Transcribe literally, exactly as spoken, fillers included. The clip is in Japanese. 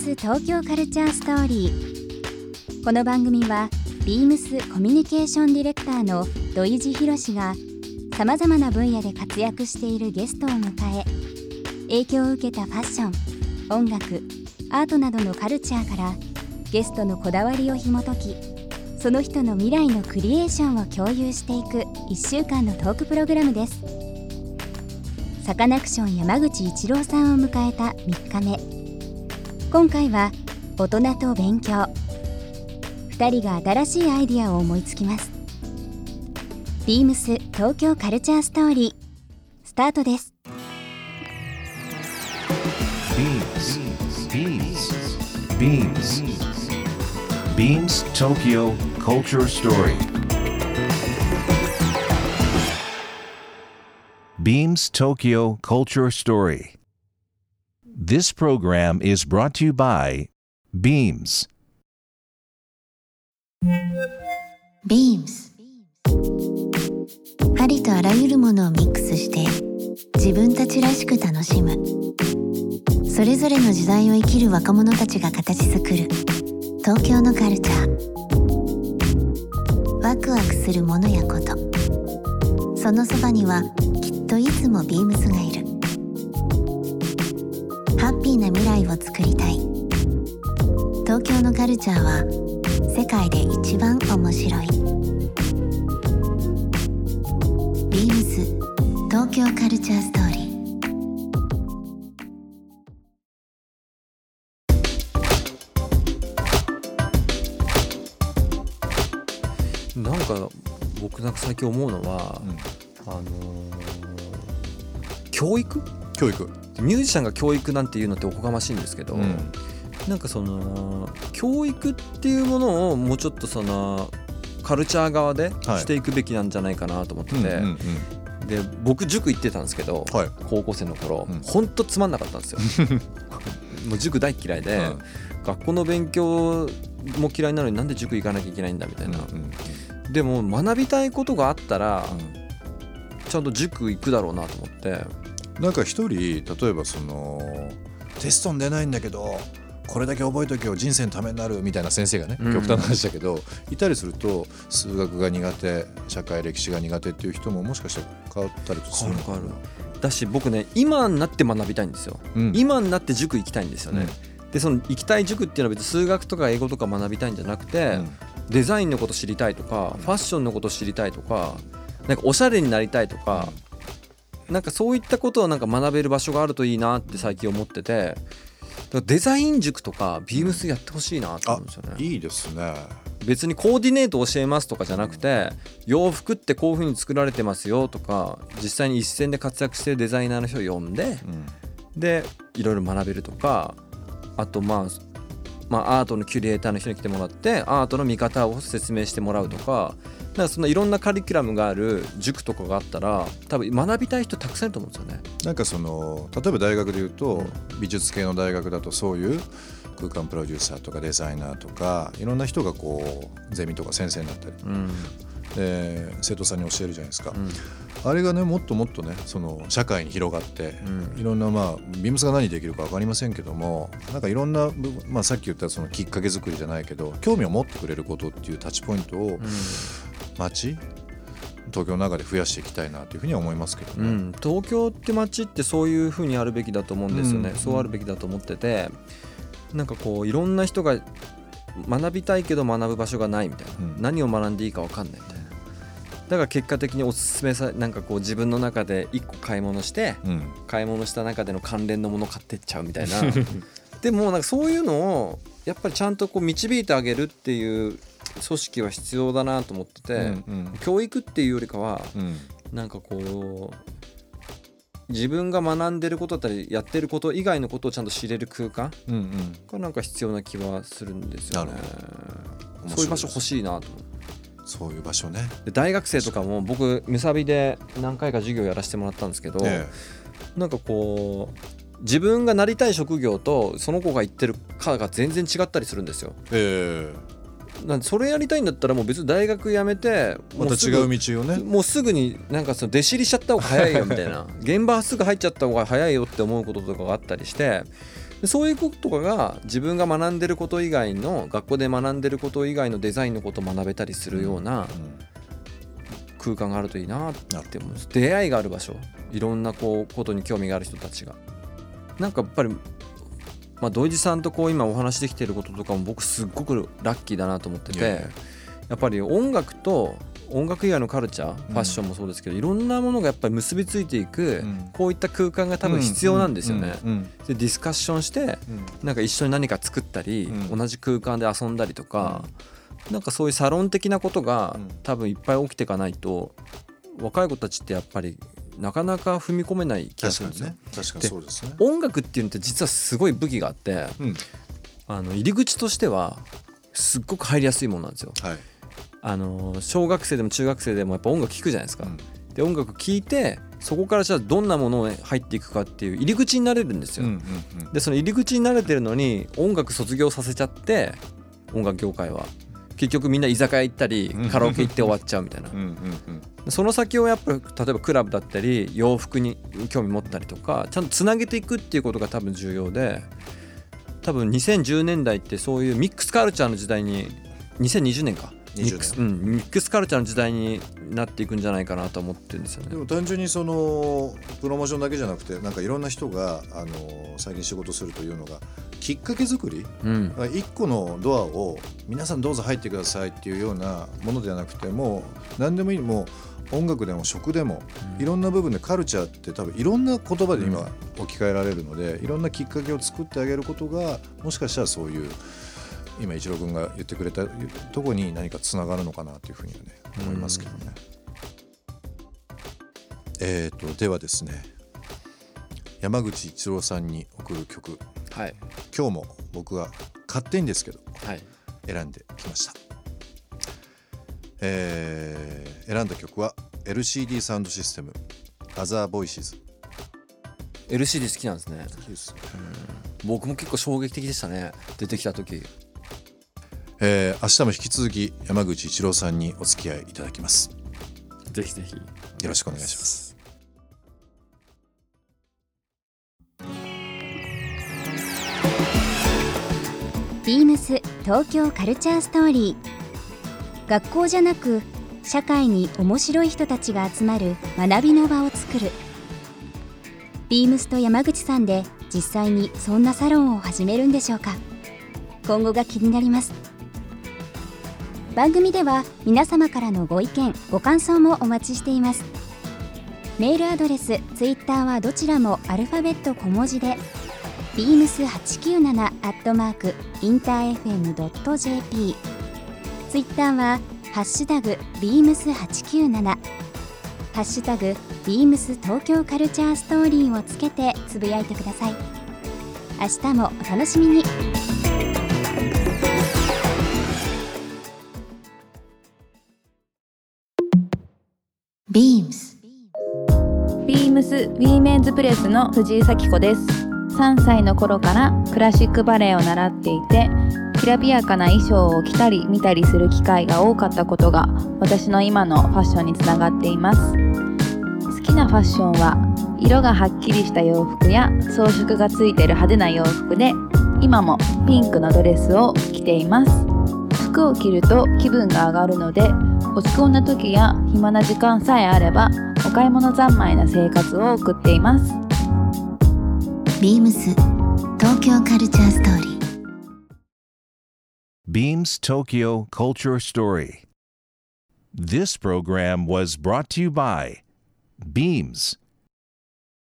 ス東京カルチャーストーリー。この番組はビームスコミュニケーションディレクターの土井博志がさまざまな分野で活躍しているゲストを迎え、影響を受けたファッション、音楽、アートなどのカルチャーからゲストのこだわりを紐解き、その人の未来のクリエーションを共有していくいっしゅうかんのトークプログラムです。サカナクション山口一郎さんを迎えたみっかめ。今回は大人と勉強。ふたりが新しいアイディアを思いつきます。ビームス東京カルチャーストーリースタートです。 ビームス ビームス ビームス Tokyo Culture Story Beams Tokyo Culture Story. This program is brought to you by Beams. Beams ありとあらゆるものをミックスして自分たちらしく楽しむ、それぞれの時代を生きる若者たちが形作る東京のカルチャー。ワクワクするものやこと、そのそばにはきっといつもビームスがいる。ハッピーな未来を作りたい。東京のカルチャーは世界で一番面白い。ビームス東京カルチャーストーリー。なんか僕なんか最近思うのは、うん、あのー、教育教育ミュージシャンが教育なんていうのっておこがましいんですけど、うん、なんかその教育っていうものをもうちょっとそのカルチャー側でしていくべきなんじゃないかなと思ってて、はい、うんうんうん、で僕塾行ってたんですけど、はい、高校生の頃、うん、ほんとつまんなかったんですよもう塾大嫌いで、うん、学校の勉強も嫌いなのになんで塾行かなきゃいけないんだみたいな、うんうんうん、でも学びたいことがあったら、うん、ちゃんと塾行くだろうなと思って。 なんか一人例えばそのテストに出ないんだけどこれだけ覚えとけよ人生のためになるみたいな先生がね、うん、極端な話だけどいたりすると、数学が苦手、社会歴史が苦手っていう人ももしかしたら変わったりとするのかな。 だし僕ね、今になって学びたいんですよ、うん、今になって塾行きたいんですよね、うん、でその行きたい塾っていうのは別に数学とか英語とか学びたいんじゃなくて、うん、デザインのこと知りたいとかファッションのこと知りたいとか、なんかおしゃれになりたいとか、うん、なんかそういったことをなんか学べる場所があるといいなって最近思ってて、デザイン塾とかビームスやってほしいなと思うんですよね。 いいですね。 別にコーディネートを教えますとかじゃなくて、洋服ってこういう風に作られてますよとか、実際に一線で活躍してるデザイナーの人を呼んで、うん、でいろいろ学べるとか、あとまあまあ、アートのキュレーターの人に来てもらってアートの見方を説明してもらうとか、なんかそんないろんなカリキュラムがある塾とかがあったら多分学びたい人たくさんいると思うんですよね。 なんかその例えば大学でいうと、美術系の大学だとそういう空間プロデューサーとかデザイナーとかいろんな人がこうゼミとか先生になったり、うん、で生徒さんに教えるじゃないですか、うん、あれがねもっともっとねその社会に広がって、うん、いろんなまあビームスが何できるか分かりませんけども、なんかいろんな、まあ、さっき言ったそのきっかけ作りじゃないけど興味を持ってくれることっていうタッチポイントを、うん、街東京の中で増やしていきたいなというふうには思いますけどね、うん、 東京って街ってそういうふうにあるべきだと思うんですよね、うん、そうあるべきだと思ってて、なんかこういろんな人が学びたいけど学ぶ場所がないみたいな、うん、何を学んでいいか分かんないみたいな。だから結果的におすすめさなんかこう自分の中でいっこ買い物して、うん、買い物した中での関連のものを買ってっちゃうみたいなでもなんかそういうのをやっぱりちゃんとこう導いてあげるっていう組織は必要だなと思ってて、うんうん、教育っていうよりかは、うん、なんかこう自分が学んでることだったりやってること以外のことをちゃんと知れる空間がなんか必要な気はするんですよね。そういう場所欲しいなと思って。 そういう場所ね。 で大学生とかも僕ムサビで何回か授業やらせてもらったんですけど、ええ、なんかこう自分がなりたい職業とその子が言ってるかが全然違ったりするんですよ、ええ、なんでそれやりたいんだったらもう別に大学辞めてまた違う道をねもうすぐになんかその弟子入りしちゃった方が早いよみたいな現場すぐ入っちゃった方が早いよって思うこととかがあったりして、 でそういうこととかが自分が学んでること以外の学校で学んでること以外のデザインのことを学べたりするような空間があるといいなって思うんです。出会いがある場所、いろんなこうことに興味がある人たちがなんかやっぱり、まあ、土井地さんとこう今お話できていることとかも僕すっごくラッキーだなと思ってて、やっぱり音楽と音楽以外のカルチャー、ファッションもそうですけど、いろんなものがやっぱり結びついていく、こういった空間が多分必要なんですよね。でディスカッションしてなんか一緒に何か作ったり、同じ空間で遊んだりとか、なんかそういうサロン的なことが多分いっぱい起きていかないと、若い子たちってやっぱりなかなか踏み込めない気がするんですよ。 確かにね、確かにそうですね。 音楽っていうのって実はすごい武器があって、うん、あの入り口としてはすっごく入りやすいものなんですよ、はい、あの小学生でも中学生でもやっぱ音楽聴くじゃないですか、うん、で音楽聴いてそこからじゃあどんなものを入っていくかっていう入り口になれるんですよ、うんうんうん、でその入り口に慣れてるのに音楽卒業させちゃって、音楽業界は結局みんな居酒屋行ったりカラオケ行って終わっちゃうみたいな、うんうんうん、その先をやっぱり例えばクラブだったり洋服に興味持ったりとかちゃんとつなげていくっていうことが多分重要で、多分にせんじゅうねんだいってそういうミックスカルチャーの時代ににせんにじゅうねんかミックス、うん、ミックスカルチャーの時代になっていくんじゃないかなと思ってるんですよね。 でも単純にそのプロモーションだけじゃなくて、なんかいろんな人があの最近仕事するというのがきっかけ作り、うん、一個のドアを皆さんどうぞ入ってくださいっていうようなものではなくて、もう何でもいい、もう音楽でも食でも、うん、いろんな部分でカルチャーって多分いろんな言葉で今置き換えられるので、うん、いろんなきっかけを作ってあげることがもしかしたらそういう今一郎君が言ってくれたところに何かつながるのかなというふうにはね思いますけどね、うん、えーとではですね、山口一郎さんに送る曲、はい、今日も僕が勝手にですけど、はい、選んできました、えー、選んだ曲は エルシーディー サウンドシステム Other Voices。 エルシーディー 好きなんですね。 好きですね、 うん、僕も結構衝撃的でしたね、出てきた時。 えー、明日も引き続き山口一郎さんにお付き合いいただきます。 ぜひぜひよろしくお願いします。 ビームス東京カルチャーストーリー。学校じゃなく社会に面白い人たちが集まる学びの場を作る。ビームスと山口さんで実際にそんなサロンを始めるんでしょうか。今後が気になります。番組では皆様からのご意見ご感想もお待ちしています。メールアドレス、ツイッターはどちらもアルファベット小文字で ビームスはちきゅうなな アットマークインターエフエムドットジェーピー、 ツイッターはハッシュタグ ビームスはちきゅうなな、 ハッシュタグ ビームス東京カルチャーストーリーをつけてつぶやいてください。明日もお楽しみに。 ビームスビームスウィーメンズプレスの藤井咲子です。さんさいの頃からクラシックバレエを習っていて、きらびやかな衣装を着たり見たりする機会が多かったことが私の今のファッションにつながっています。好きなファッションは色がはっきりした洋服や装飾がついている派手な洋服で、今もピンクのドレスを着ています。服を着ると気分が上がるので、落ち込んだ時や暇な時間さえあればお買い物三昧な生活を送っています。 ビームス東京カルチャーストーリー。 Beams Tokyo Culture Story. This program was brought to you by Beams.